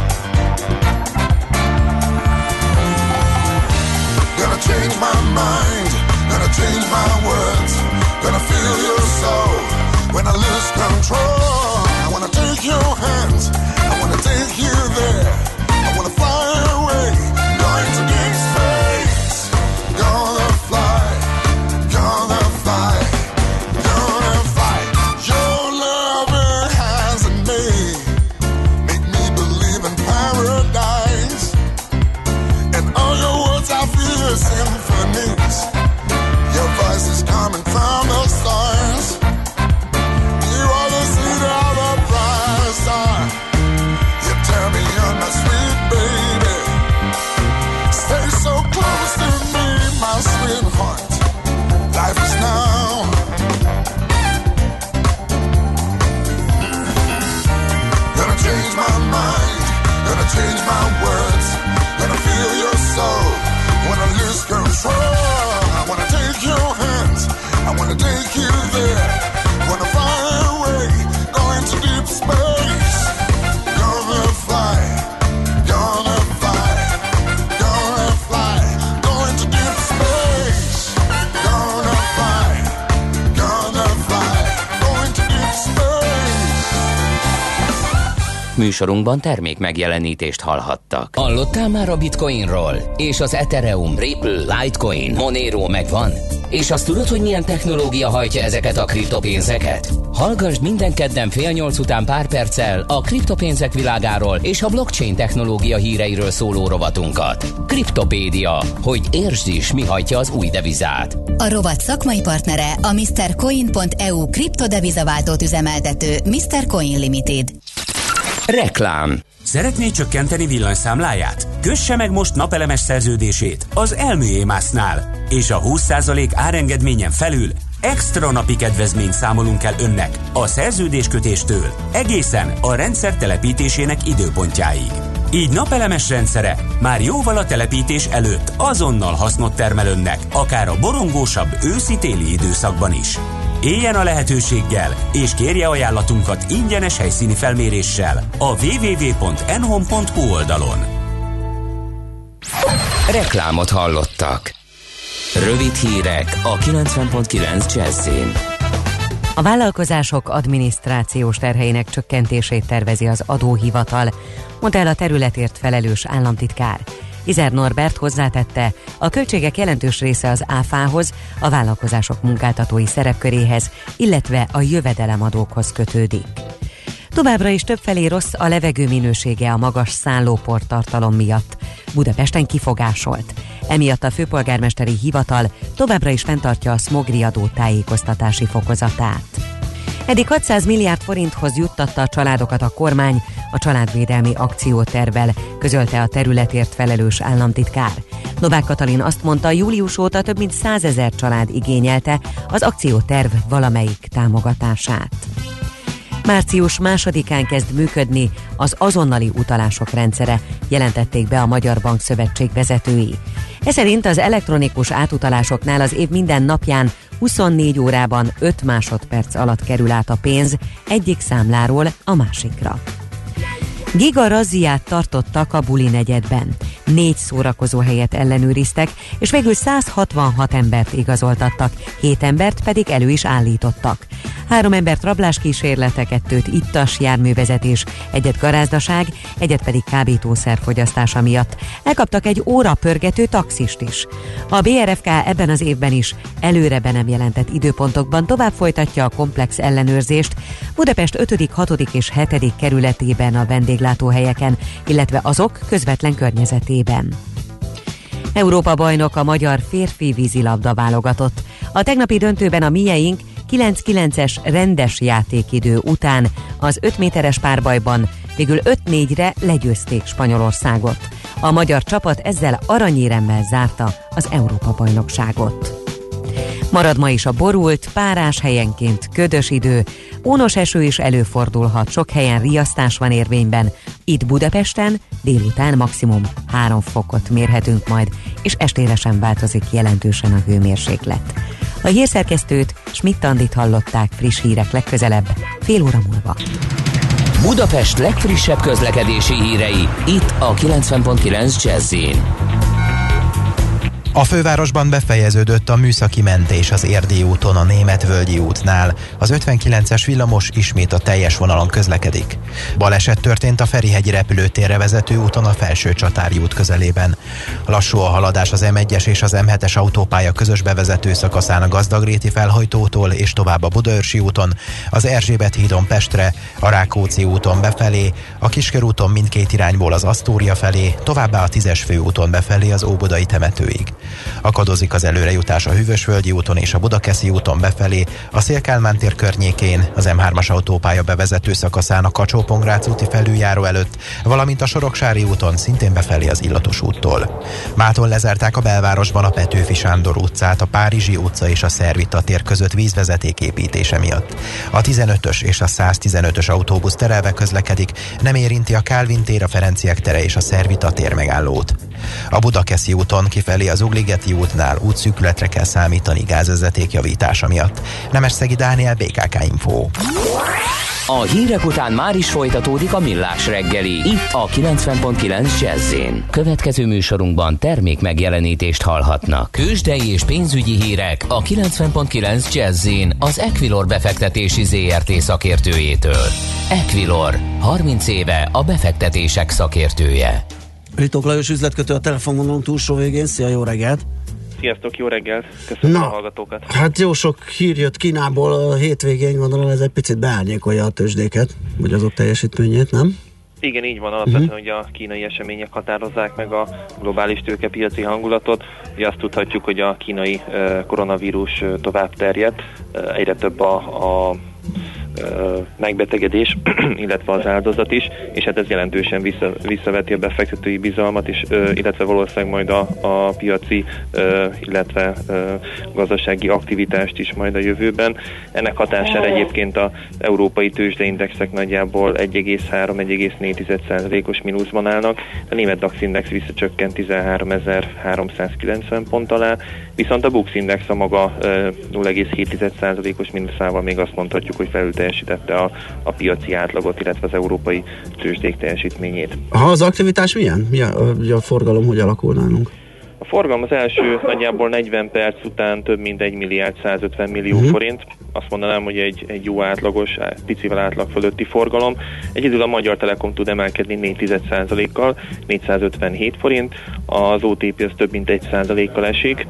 Speaker 5: Gonna change my mind, gonna change my words, gonna feel your soul when I lose control. I wanna take your hands, I wanna take you there, I wanna fly away, going to deep space. Gonna fly, gonna fly, gonna fly. Your loving hands in me make me believe in paradise. And all your words I feel symphonies. Your voice is coming from the stars. You are the seed of the bright star. You tell me you're my sweet baby. Stay so close to me, my sweetheart. Life is now. Gonna change my mind, gonna change my words, gonna feel your soul, wanna lose control. I wanna take your hands, I wanna take you there, wanna fly away, going to deep space. Gonna fly, gonna fly, gonna fly, going to deep space. Gonna fly, gonna fly, going to deep space.
Speaker 1: Műsorunkban termék megjelenítést hallhattak. Hallottál már a Bitcoinról? És az Ethereum, Ripple, Litecoin, Monero megvan? És azt tudod, hogy milyen technológia hajtja ezeket a kriptopénzeket? Hallgassd minden kedden 7:30 után pár perccel a kriptopénzek világáról és a blockchain technológia híreiről szóló rovatunkat. Kriptopédia, hogy értsd is, mi hajtja az új devizát.
Speaker 6: A rovat szakmai partnere a MrCoin.eu kriptodevizaváltót üzemeltető Mr. Coin Limited.
Speaker 1: Reklám.
Speaker 7: Szeretné csökkenteni villanyszámláját? Kösse meg most napelemes szerződését az Elmű-Émásznál, és a 20% árengedményen felül extra napi kedvezményt számolunk el önnek a szerződéskötéstől egészen a rendszer telepítésének időpontjáig. Így napelemes rendszere már jóval a telepítés előtt azonnal hasznot termel önnek, akár a borongósabb őszi-téli időszakban is. Éljen a lehetőséggel, és kérje ajánlatunkat ingyenes helyszíni felméréssel a www.enhome.hu oldalon.
Speaker 1: Reklámot hallottak. Rövid hírek a 90.9 Jazz-in.
Speaker 8: A vállalkozások adminisztrációs terheinek csökkentését tervezi az adóhivatal, mondta el a területért felelős államtitkár. Izer Norbert hozzátette, a költségek jelentős része az áfához, a vállalkozások munkáltatói szerepköréhez, illetve a jövedelemadókhoz kötődik. Továbbra is többfelé rossz a levegő minősége a magas szállóportartalom miatt. Budapesten kifogásolt. Emiatt a főpolgármesteri hivatal továbbra is fenntartja a szmogriadó tájékoztatási fokozatát. Eddig 600 milliárd forinthoz juttatta a családokat a kormány a családvédelmi akciótervvel, közölte a területért felelős államtitkár. Novák Katalin azt mondta, július óta több mint 100 000 család igényelte az akcióterv valamelyik támogatását. Március 2-án kezd működni az azonnali utalások rendszere, jelentették be a Magyar Bankszövetség vezetői. Eszerint az elektronikus átutalásoknál az év minden napján 24 órában 5 másodperc alatt kerül át a pénz egyik számláról a másikra. Giga razziát tartottak a Buli negyedben. 4 szórakozóhelyet ellenőriztek, és végül 166 embert igazoltattak, 7 embert pedig elő is állítottak. 3 embert rabláskísérlete, 2-t ittas járművezetés, 1-et garázdaság, 1-et pedig kábítószer fogyasztása miatt. Elkaptak egy óra pörgető taxist is. A BRFK ebben az évben is előre be nem jelentett időpontokban tovább folytatja a komplex ellenőrzést Budapest 5., 6. és 7. kerületében a vendéglátóhelyeken, illetve azok közvetlen környezetében. Európa bajnok a magyar férfi vízilabda válogatott. A tegnapi döntőben a mieink 9-9-es rendes játékidő után az 5 méteres párbajban végül 5-4-re legyőzték Spanyolországot. A magyar csapat ezzel aranyéremmel zárta az Európa-bajnokságot. Marad ma is a borult, párás helyenként ködös idő, ónos eső is előfordulhat, sok helyen riasztás van érvényben. Itt Budapesten délután maximum 3 fokot mérhetünk majd, és estére sem változik jelentősen a hőmérséklet. A hírszerkesztőt, Schmidt-Andit hallották, friss hírek legközelebb, fél óra múlva.
Speaker 1: Budapest legfrissebb közlekedési hírei, itt a 90.9 Jazz-in.
Speaker 9: A fővárosban befejeződött a műszaki mentés az Érdi úton, a Németvölgyi útnál. Az 59-es villamos ismét a teljes vonalon közlekedik. Baleset történt a Ferihegyi repülőtérre vezető úton a Felsőcsatári út közelében. Lassú a haladás az M1-es és az M7-es autópálya közös bevezető szakaszán a Gazdagréti felhajtótól és tovább a Budaörsi úton, az Erzsébet hídon Pestre, a Rákóczi úton befelé, a Kiskörúton mindkét irányból az Asztória felé, továbbá a 10-es főúton befelé az Óbudai temetőig. Akadozik az előrejutás a Hűvösvölgyi úton és a Budakeszi úton befelé, a Széll-Kálmán tér környékén, az M3-as autópálya bevezető szakaszán a Kacsó-Pongrác úti felüljáró előtt, valamint a Soroksári úton szintén befelé az Illatos úttól. Mától lezárták a belvárosban a Petőfi Sándor utcát, a Párizsi utca és a Szervita tér között vízvezeték építése miatt. A 15-ös és a 115-ös autóbusz terelve közlekedik, nem érinti a Kálvin tér, a Ferenciek tere és a Szervita tér megállót. A Budakeszi úton kifelé az Ugligeti útnál útszűkületre kell számítani gázvezeték javítása miatt. Nemesszegi Dániel, BKK Info.
Speaker 1: A hírek után már is folytatódik a Millás reggeli, itt a 90.9 Jazz-in. Következő műsorunkban termék megjelenítést hallhatnak. Tőzsdei és pénzügyi hírek a 90.9 Jazz-in az Equilor befektetési ZRT szakértőjétől. Equilor, 30 éve a befektetések szakértője.
Speaker 2: Ritók Lajos üzletkötő a telefonvonalunk túlsó végén. Szia, jó reggelt!
Speaker 10: Sziasztok, jó reggelt! Köszönöm a hallgatókat!
Speaker 2: Hát jó sok hír jött Kínából a hétvégén, gondolom ez egy picit beárnyékolja a tőzsdéket, vagy azok teljesítményét, nem?
Speaker 10: Igen, így van, alapvetően, hogy a kínai események határozzák meg a globális tőkepiaci hangulatot. Ugye azt tudhatjuk, hogy a kínai koronavírus tovább terjedt, egyre több a megbetegedés, illetve az áldozat is, és hát ez jelentősen visszaveti a befektetői bizalmat is, illetve valószínűleg majd a piaci, illetve gazdasági aktivitást is majd a jövőben. Ennek hatására egyébként az európai tőzsdeindexek nagyjából 1,3-1,4%-os mínuszban állnak, a német DAX index visszacsökkent 13.390 pont alá, viszont a Bux index a maga 0,7%-os mínuszával még azt mondhatjuk, hogy felül teljesítette a piaci átlagot, illetve az európai tőzsdék teljesítményét.
Speaker 2: Az aktivitás milyen? A forgalom hogy alakul nálunk?
Speaker 10: A forgalom az első nagyjából 40 perc után több mint 1 milliárd 150 millió forint. Azt mondanám, hogy egy jó átlagos, picivel átlag fölötti forgalom. Egyedül a Magyar Telekom tud emelkedni 4%-kal, 457 forint. Az OTP az több mint 1%-kal esik,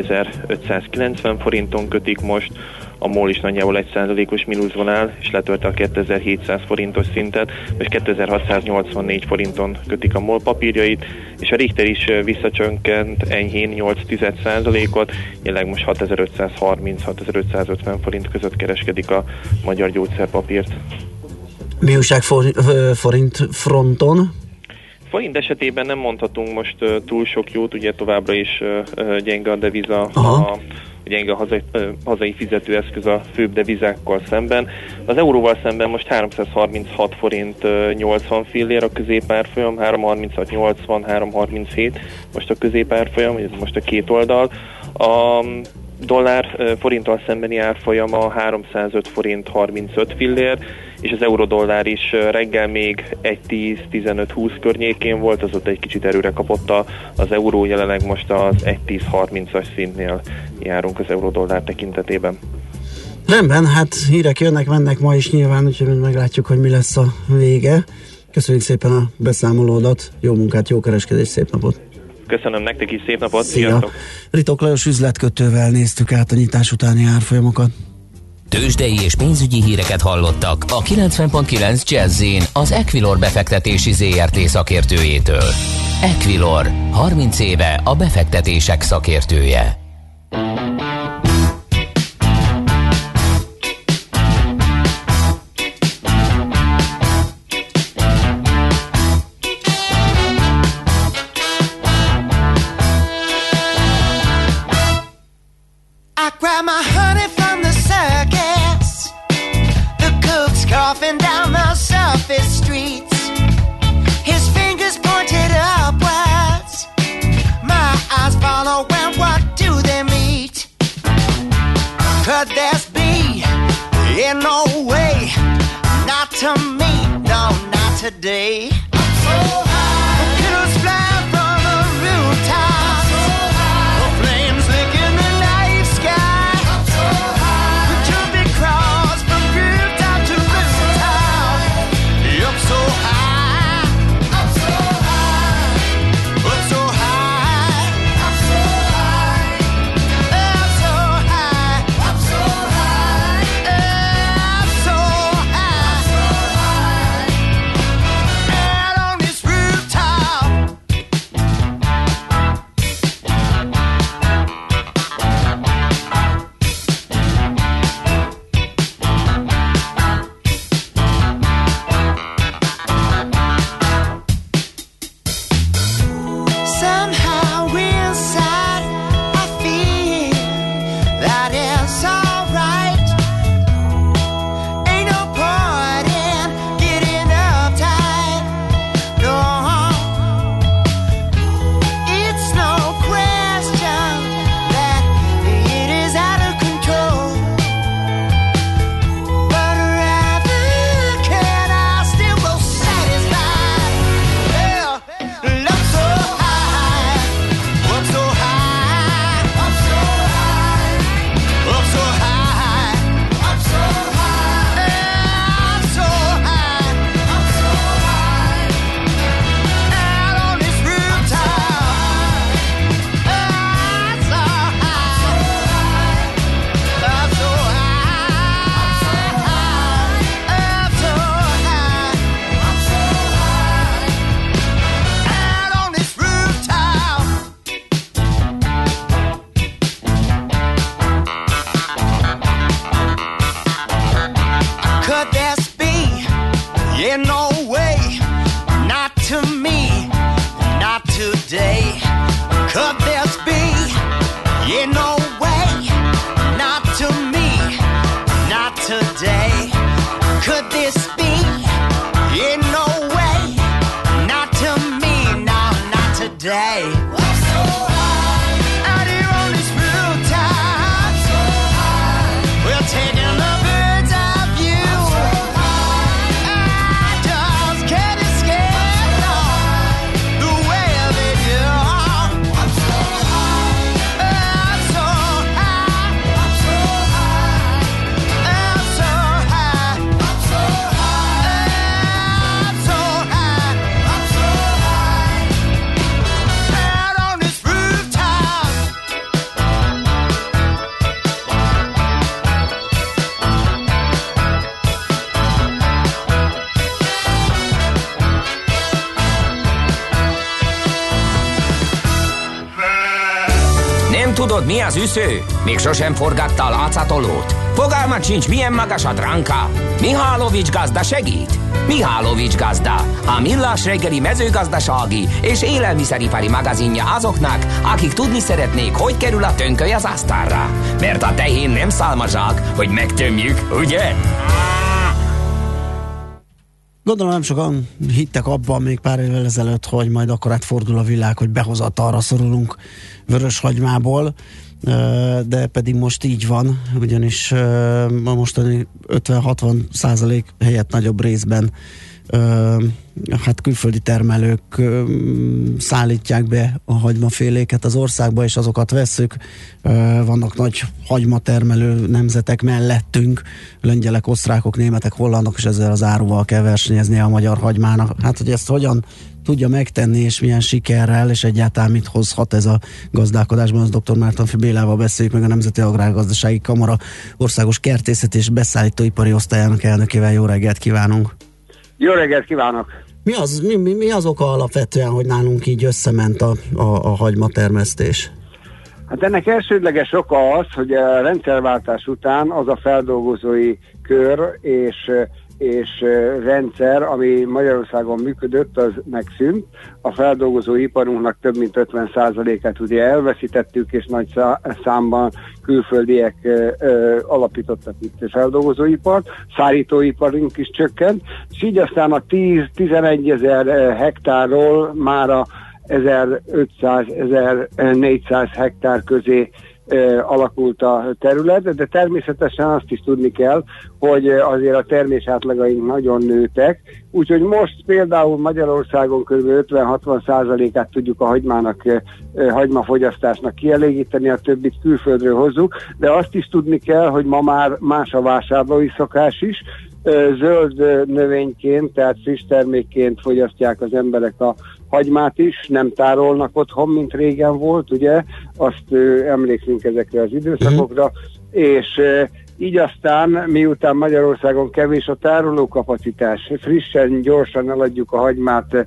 Speaker 10: 14.590 forinton kötik most. A MOL is nagyjából 1%-os mínuszban áll, és letörte a 2700 forintos szintet, és 2684 forinton kötik a MOL papírjait, és a Richter is visszacsökkent enyhén 8%-ot, jelenleg most 6530-6550 forint között kereskedik a magyar gyógyszerpapírt.
Speaker 2: Mi újság forint fronton?
Speaker 10: Forint esetében nem mondhatunk most túl sok jót, ugye továbbra is gyenge a deviza, gyenge a hazai fizetőeszköz a főbb devizákkal szemben. Az euróval szemben most 336 forint 80 fillér a középárfolyam, 336 80, 337 most a középárfolyam, ez most a két oldal. A dollár forinttal szembeni árfolyama 305 forint 35 fillér, és az euró-dollár is reggel még 1.10-15-20 környékén volt, az ott egy kicsit erőre kapott az euró, jelenleg most az 1.10-30-as szintnél járunk az euró-dollár tekintetében.
Speaker 2: Rendben, hát hírek jönnek, mennek ma is nyilván, úgyhogy meglátjuk, hogy mi lesz a vége. Köszönjük szépen a beszámolódat, jó munkát, jó kereskedést, szép napot!
Speaker 10: Köszönöm nektek is, szép napot,
Speaker 2: szia!
Speaker 10: Sziasztok!
Speaker 2: Ritok Lajos üzletkötővel néztük át a nyitás utáni árfolyamokat.
Speaker 1: Tőzsdei és pénzügyi híreket hallottak a 90.9 Jazz-in az Equilor befektetési ZRT szakértőjétől. Equilor, 30 éve a befektetések szakértője.
Speaker 11: Today, I'm so high. The killers fly from the rooftop. I'm so high. The flames licking the night sky. I'm so high. The jumping cross from rooftop to rooftop. I'm so high. I'm so high. I'm so high. I'm so high. I'm so high. I'm so high. I'm so high. I'm so
Speaker 1: Tudod, mi az üsző? Még sosem forgatta a látszatolót? Fogalmat sincs, milyen magas a dránka? Mihálovics gazda segít? Mihálovics gazda, a millás reggeli mezőgazdasági és élelmiszeripari magazinja azoknak, akik tudni szeretnék, hogy kerül a tönköly az asztalra. Mert a tehén nem szálmazsák, hogy megtömjük, ugye?
Speaker 2: Gondolom nem sokan hittek abban még pár évvel ezelőtt, hogy majd akkor átfordul a világ, hogy behozatalra szorulunk vöröshagymából. de pedig most így van, ugyanis a mostani 50-60% helyett nagyobb részben hát külföldi termelők szállítják be a hagymaféléket az országba, és azokat vesszük. Vannak nagy hagymatermelő nemzetek mellettünk, lengyelek, osztrákok, németek, hollandok, és ezzel az áruval kell versenyezni a magyar hagymának. Hát, hogy ezt hogyan tudja megtenni, és milyen sikerrel, és egyáltalán mit hozhat ez a gazdálkodásban, az dr. Mártonffy Bélával beszéljük meg, a Nemzeti Agrárgazdasági Kamara Országos Kertészet és Beszállítóipari Osztályának elnökével. Jó reggelt kívánunk! Jó reggelt kívánok! Mi az oka alapvetően, hogy nálunk így összement a hagymatermesztés?
Speaker 12: Hát ennek elsődleges oka az, hogy a rendszerváltás után az a feldolgozói kör és rendszer, ami Magyarországon működött, az megszűnt. A feldolgozóiparunknak több mint 50%-át ugye elveszítettük, és nagy számban külföldiek alapítottak itt feldolgozóipart, szállítóiparunk is csökkent, és így aztán a 10-11 ezer hektárról már a 1500-1400 hektár közé alakult a terület, de természetesen azt is tudni kell, hogy azért a termés átlagaink nagyon nőtek, úgyhogy most például Magyarországon kb. 50-60%-át tudjuk a hagymafogyasztásnak kielégíteni, a többit külföldről hozzuk, de azt is tudni kell, hogy ma már más a vásárlói szokás is, zöld növényként, tehát friss termékként fogyasztják az emberek a hagymát is, nem tárolnak otthon, mint régen volt, ugye, azt emlékszünk ezekre az időszakokra, és így aztán, miután Magyarországon kevés a tárolókapacitás, frissen, gyorsan eladjuk a hagymát,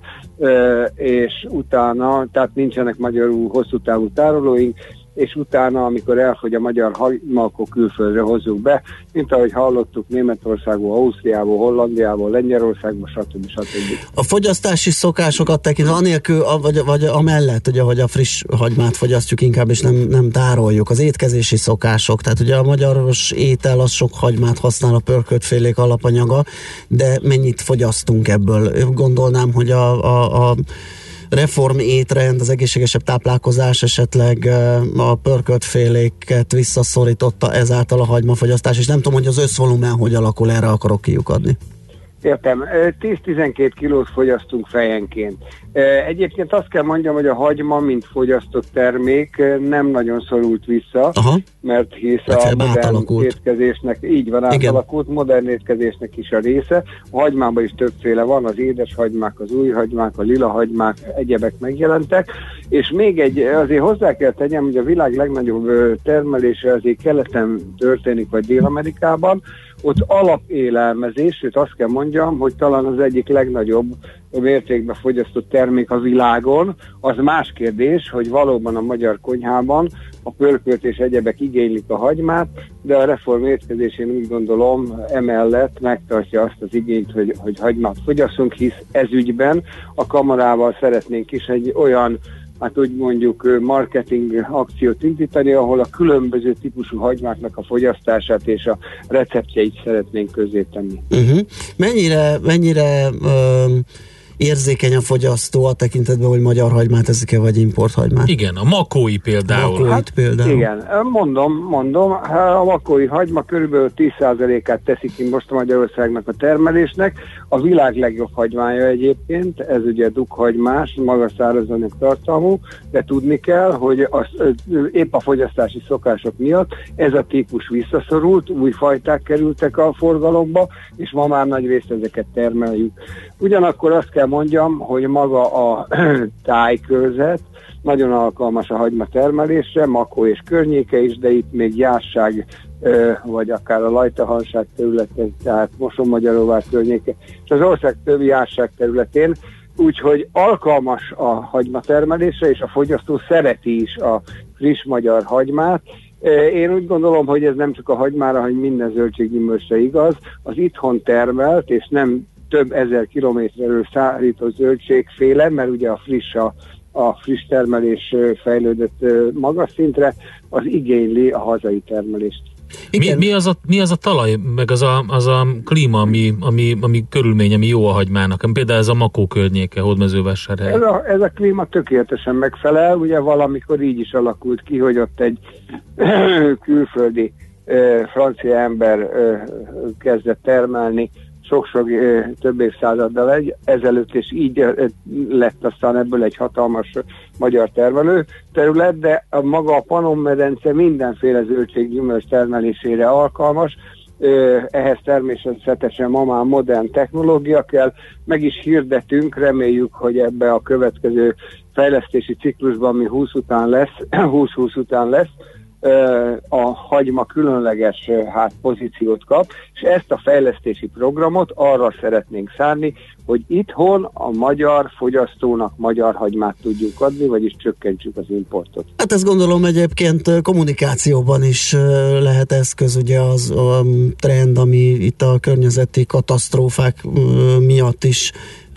Speaker 12: és utána, tehát nincsenek magyarul hosszú távú tárolóink, és utána, amikor elfogy a magyar hagyma, akkor külföldre hozzuk be, mint ahogy hallottuk Németországból, Ausztriából, Hollandiából, Lengyelországból, stb.
Speaker 2: A fogyasztási szokásokat tekintve, anélkül, vagy amellett, ugye, hogy a friss hagymát fogyasztjuk inkább, és nem tároljuk, az étkezési szokások, tehát ugye a magyaros étel az sok hagymát használ, a pörköltfélék alapanyaga, de mennyit fogyasztunk ebből? Gondolnám, hogy a reform étrend, az egészségesebb táplálkozás esetleg a pörköltféléket visszaszorította ezáltal a hagymafogyasztás, és nem tudom, hogy az összvolumen hogy alakul, erre akarok kiukadni.
Speaker 12: Értem, 10-12 kilót fogyasztunk fejenként. Egyébként azt kell mondjam, hogy a hagyma, mint fogyasztott termék nem nagyon szorult vissza, mert hisz a modern étkezésnek, így van, átalakult, modern étkezésnek is a része. A hagymában is többféle van, az édes hagymák, az új hagymák, a lila hagymák, egyebek megjelentek, és még azért hozzá kell tegyem, hogy a világ legnagyobb termelése azért keleten történik, vagy Dél-Amerikában, ott alapélelmezés, sőt azt kell mondjam, hogy talán az egyik legnagyobb mértékben fogyasztott termék a világon. Az más kérdés, hogy valóban a magyar konyhában a pörkölt és egyebek igénylik a hagymát, de a reform étkezésén úgy gondolom emellett megtartja azt az igényt, hogy hagymát fogyasszunk, hisz ezügyben a kamarával szeretnénk is egy olyan, hát úgy mondjuk marketing akciót indítani, ahol a különböző típusú hagymáknak a fogyasztását és a receptjeit szeretnénk közzétenni.
Speaker 2: Mennyire érzékeny a fogyasztó a tekintetben, hogy magyar hagymát eszik-e, vagy import hagymát?
Speaker 3: Igen, a makói például.
Speaker 12: Például. Igen, mondom, a makói hagyma körülbelül 10%-át teszi ki most Magyarországnak a termelésnek. A világ legjobb hagymája egyébként, ez ugye dughagymás, magas szárazanyag tartalmú, de tudni kell, hogy épp a fogyasztási szokások miatt ez a típus visszaszorult, új fajták kerültek a forgalomba, és ma már nagy részt ezeket termeljük. Ugyanakkor azt kell mondjam, hogy maga a tájkörzet nagyon alkalmas a hagyma termelésre, Makó és környéke is, de itt még Jásság, vagy akár a Lajtahanság területen, tehát Mosonmagyaróvár környéke, és az ország többi Jásság területén, úgyhogy alkalmas a hagyma termelésre, és a fogyasztó szereti is a friss magyar hagymát. Én úgy gondolom, hogy ez nem csak a hagymára, hanem minden zöldséggyümölcsre igaz. Az itthon termelt, és nem több ezer kilométerről szállított zöldségféle, mert ugye a friss termelés fejlődött magas szintre, az igényli a hazai termelést.
Speaker 3: Mi az a talaj, meg az a klíma, ami körülmény, ami jó a hagymának? Például ez a Makó környéke, Hódmezővásárhely.
Speaker 12: Ez a klíma tökéletesen megfelel, ugye valamikor így is alakult ki, hogy ott egy külföldi francia ember kezdett termelni sok-sok több évszázaddal ezelőtt, és így lett aztán ebből egy hatalmas magyar termelő terület, de maga a Pannon-medence mindenféle zöldséggyümölcs termelésére alkalmas, ehhez természetesen ma már modern technológia kell, meg is hirdetünk, reméljük, hogy ebbe a következő fejlesztési ciklusban, ami 2020 után lesz, a hagyma különleges pozíciót kap, és ezt a fejlesztési programot arra szeretnénk szánni, hogy itthon a magyar fogyasztónak magyar hagymát tudjuk adni, vagyis csökkentsük az importot.
Speaker 2: Hát ezt gondolom egyébként kommunikációban is lehet eszköz, ugye az a trend, ami itt a környezeti katasztrófák miatt is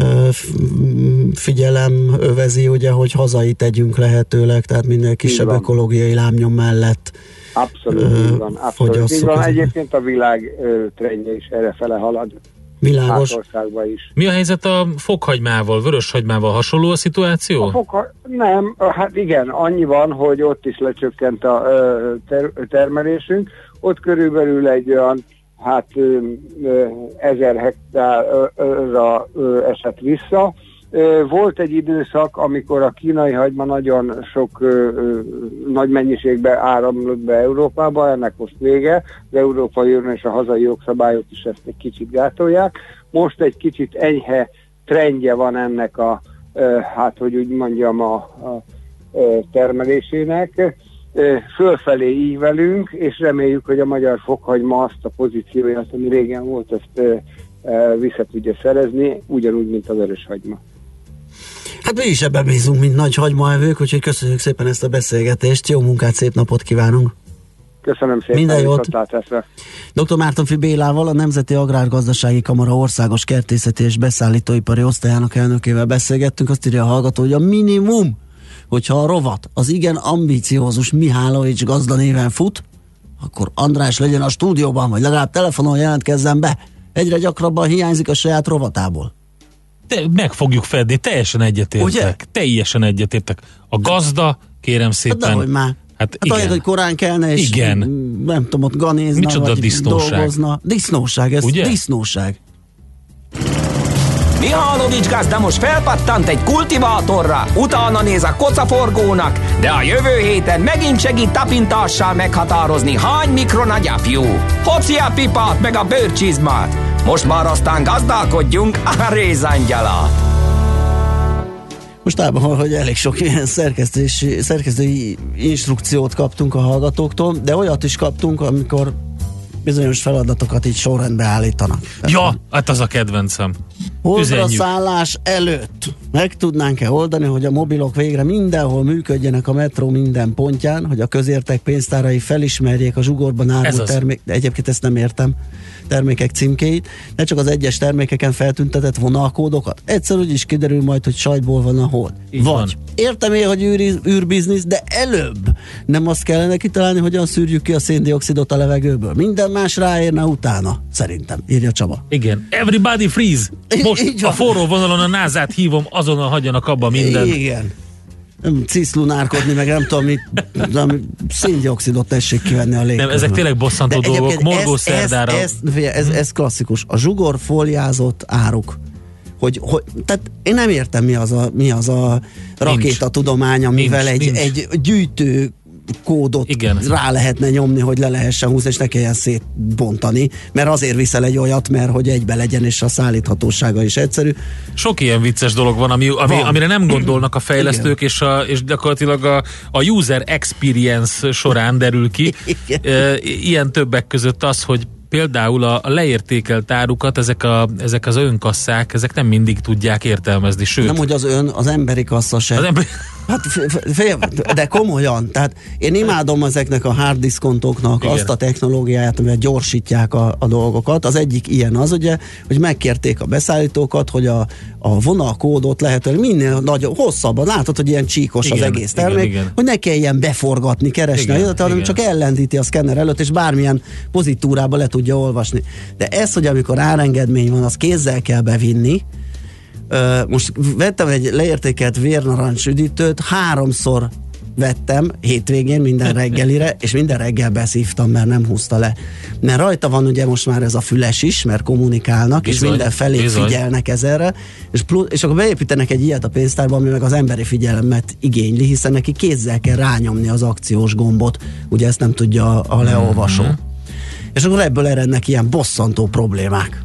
Speaker 2: figyelem övezi, ugye, hogy hazai tegyünk lehetőleg, tehát minél kisebb ökológiai lábnyom mellett.
Speaker 12: Abszolút, így van. Abszolút, így van. Egyébként a világ trendje is errefele halad.
Speaker 2: Világos.
Speaker 12: Is.
Speaker 3: Mi a helyzet a fokhagymával, vöröshagymával? Hasonló a szituáció?
Speaker 12: Nem, hát igen, annyi van, hogy ott is lecsökkent a termelésünk. Ott körülbelül egy olyan 1000 hektárra esett vissza. Volt egy időszak, amikor a kínai hagyma nagyon sok nagy mennyiségben áramlott be Európába, ennek most vége, az Európai Unió és a hazai jogszabályok is ezt egy kicsit gátolják. Most egy kicsit enyhe trendje van ennek a, hogy úgy mondjam, a termelésének. Fölfelé ívelünk, és reméljük, hogy a magyar fokhagyma azt a pozícióját, ami régen volt, ezt vissza tudja szerezni, ugyanúgy, mint a vöröshagyma.
Speaker 2: Hát mi is ebben bízunk, mint nagy hagymaevők, úgyhogy köszönjük szépen ezt a beszélgetést, jó munkát, szép napot kívánunk!
Speaker 12: Köszönöm szépen!
Speaker 2: Minden jót! Dr. Mártonffy Bélával, a Nemzeti Agrárgazdasági Kamara Országos Kertészeti és Beszállítóipari Osztályának elnökével beszélgettünk. Azt írja a hallgató, hogy a minimum, hogyha a rovat az igen ambiciózus Mihálovics gazda néven fut, akkor András legyen a stúdióban, vagy legalább telefonon jelentkezzen be. Egyre gyakrabban hiányzik a saját rovatából.
Speaker 3: Meg fogjuk fedni, teljesen egyetértek. Ugye? Teljesen egyetértek. A gazda, kérem szépen.
Speaker 2: Hát dehogy már. Hát ahelyett, hogy korán kelne, és igen. Nem tudom, ott ganézna,
Speaker 3: micsoda
Speaker 2: vagy
Speaker 3: disznóság.
Speaker 2: Dolgozna. Disznóság, ez ugye? Disznóság.
Speaker 1: Mihálovics gazda most felpattant egy kultivátorra, utána néz a kocaforgónak, de a jövő héten megint segít tapintással meghatározni, hány mikron a gyapjú. Hoci a pipát meg a bőrcsizmát. Most már aztán gazdálkodjunk a rézangyalat.
Speaker 2: Most abban, hogy elég sok ilyen szerkesztői instrukciót kaptunk a hallgatóktól, de olyat is kaptunk, amikor bizonyos feladatokat így sorrendbe állítanak.
Speaker 3: Ja, hát az a kedvencem.
Speaker 2: Holdra szállás előtt meg tudnánk-e oldani, hogy a mobilok végre mindenhol működjenek a metró minden pontján, hogy a közértek pénztárai felismerjék a zsugorban árult termék, de egyébként ezt nem értem, termékek címkéit, ne csak az egyes termékeken feltüntetett vonalkódokat. Egyszer úgy is kiderül majd, hogy sajtból van a hold. Így vagy van. Értem én, hogy űrbiznisz, de előbb nem azt kellene kitalálni, hogyan szűrjük ki a széndioxidot a levegőből. Minden más ráérne utána, szerintem, írja Csaba.
Speaker 3: Igen. Everybody freeze! Most a forró vonalon a NASA-t hívom, azonnal hagyjanak abba mindent.
Speaker 2: Igen. Nem ciszlunárkodni, meg nem tudom mit, széndioxidot tessék kivenni a légkörből.
Speaker 3: Nem, ezek tényleg bosszantó dolgok, morgószerdára.
Speaker 2: Ez klasszikus. A zsugorfóliázott áruk. Tehát én nem értem, mi az a rakétatudomány, amivel egy gyűjtő kódot rá lehetne nyomni, hogy le lehessen húzni, és ne kelljen szétbontani, mert azért viszel egy olyat, mert hogy egybe legyen, és a szállíthatósága is egyszerű.
Speaker 3: Sok ilyen vicces dolog van, amire nem gondolnak a fejlesztők, és gyakorlatilag a user experience során derül ki. Ilyen többek között az, hogy például a leértékelt árukat ezek az önkasszák, ezek nem mindig tudják értelmezni, sőt.
Speaker 2: Nem, hogy az emberi kassa se. Hát de komolyan, tehát én imádom ezeknek a hard diszkontoknak azt a technológiáját, amivel gyorsítják a dolgokat. Az egyik ilyen az, ugye, hogy megkérték a beszállítókat, hogy a vonalkódot lehetőleg minél nagyobb, hosszabban, látod, hogy ilyen csíkos az egész termék, hogy ne kelljen beforgatni, keresni a jadatot, hanem csak ellendíti a szkenner előtt, és bármilyen pozitúrába le tudja olvasni. De ez, hogy amikor árengedmény van, az kézzel kell bevinni. Most vettem egy leértékelt vérnarancs üdítőt, 3-szor vettem hétvégén minden reggelire, és minden reggel beszívtam, mert nem húzta le. Mert rajta van ugye most már ez a füles is, mert kommunikálnak, bizony, és mindenfelé figyelnek ezerre, és akkor beépítenek egy ilyet a pénztárba, ami meg az emberi figyelmet igényli, hiszen neki kézzel kell rányomni az akciós gombot, ugye ezt nem tudja a leolvasó. És akkor ebből erednek ilyen bosszantó problémák.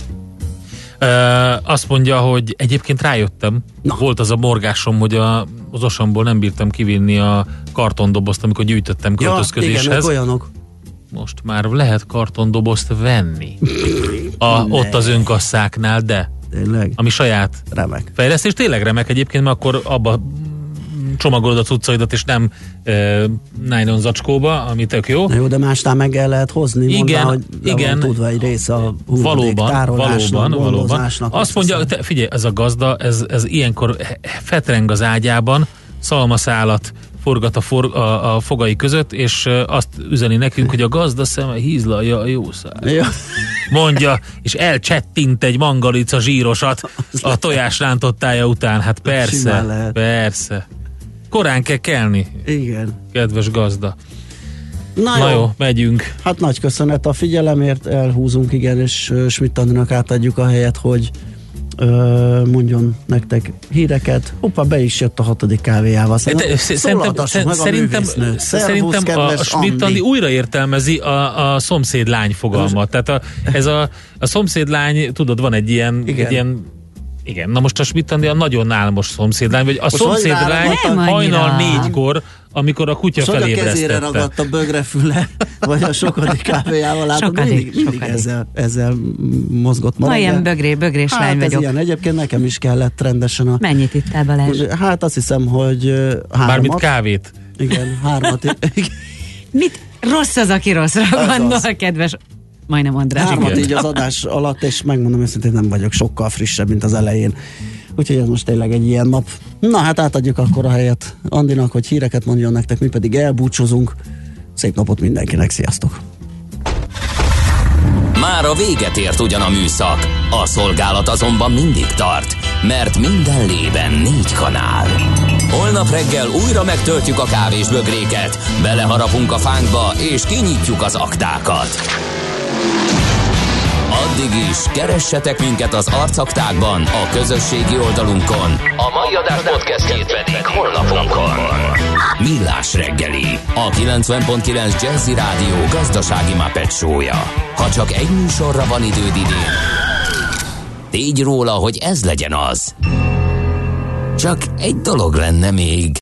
Speaker 3: Azt mondja, hogy egyébként rájöttem, volt az a morgásom, hogy az osamból nem bírtam kivinni a kartondobozt, amikor gyűjtöttem költözködéshez.
Speaker 2: Igen, olyanok.
Speaker 3: Most már lehet kartondobozt venni. Ott az önkasszáknál, de
Speaker 2: tényleg?
Speaker 3: Ami saját
Speaker 2: remek
Speaker 3: fejlesztés. Tényleg remek egyébként, mert akkor abba csomagolod a cuccaidat, és nem nylon zacskóba, ami tök jó.
Speaker 2: Na jó, de másnál meg el lehet hozni.
Speaker 3: Igen,
Speaker 2: mondva, igen. Tudva egy része a
Speaker 3: valóban. Azt mondja, figyelj, ez a gazda, ez ilyenkor fetreng az ágyában, szalmaszálat forgat a fogai között, és azt üzeni nekünk, hogy a gazda szeme hízlalja a jó szál. Ja. Mondja, és elcsettint egy mangalica zsírosat a tojás rántottája után. Hát persze. Korán kell kelni.
Speaker 2: Igen.
Speaker 3: Kedves gazda. Na jó, megyünk.
Speaker 2: Hát nagy köszönet a figyelemért, elhúzunk, igen, és Schmidt Andinak átadjuk a helyet, hogy mondjon nektek híreket. Hoppá, be is jött a 6. kávéjával.
Speaker 3: Szerintem a Schmidt Andi újraértelmezi a szomszédlány fogalmat. Tehát a szomszédlány, tudod, van egy ilyen igen, na most a Schmidt Andi a nagyon álmos szomszédlány, vagy a szomszédlány hajnal 4-kor, amikor a kutya felébresztette.
Speaker 2: Most a kezére ragadt a bögrefüle, vagy a sokadik kávéjával látod, mindig ezzel mozgott ma.
Speaker 8: Ma ilyen bögrés lány vagyok.
Speaker 2: Ilyen. Egyébként nekem is kellett rendesen
Speaker 8: Mennyit ittál, Balázs?
Speaker 2: Hát azt hiszem, hogy 3.
Speaker 3: Bármit kávét.
Speaker 2: Igen, 3.
Speaker 8: Mit? Rossz az, aki rosszra gondol, kedves majdnem András.
Speaker 2: 3 így az adás alatt, és megmondom őszintén, nem vagyok sokkal frissebb, mint az elején. Úgyhogy ez most tényleg egy ilyen nap. Na hát átadjuk akkor a helyet Andinak, hogy híreket mondjon nektek, mi pedig elbúcsúzunk. Szép napot mindenkinek, sziasztok!
Speaker 1: Már a véget ért ugyan a műszak, a szolgálat azonban mindig tart, mert minden lében 4 kanál. Holnap reggel újra megtöltjük a kávésbögréket, beleharapunk a fánkba és kinyitjuk az aktákat. Addig is keressetek minket az arcaktákban, a közösségi oldalunkon. A mai adás podcastjét pedig honlapunkon. Millás reggeli, a 90.9 Jazzy Rádió gazdasági Muppet show-ja. Ha csak egy műsorra van időd idén, tégy róla, hogy ez legyen az. Csak egy dolog lenne még.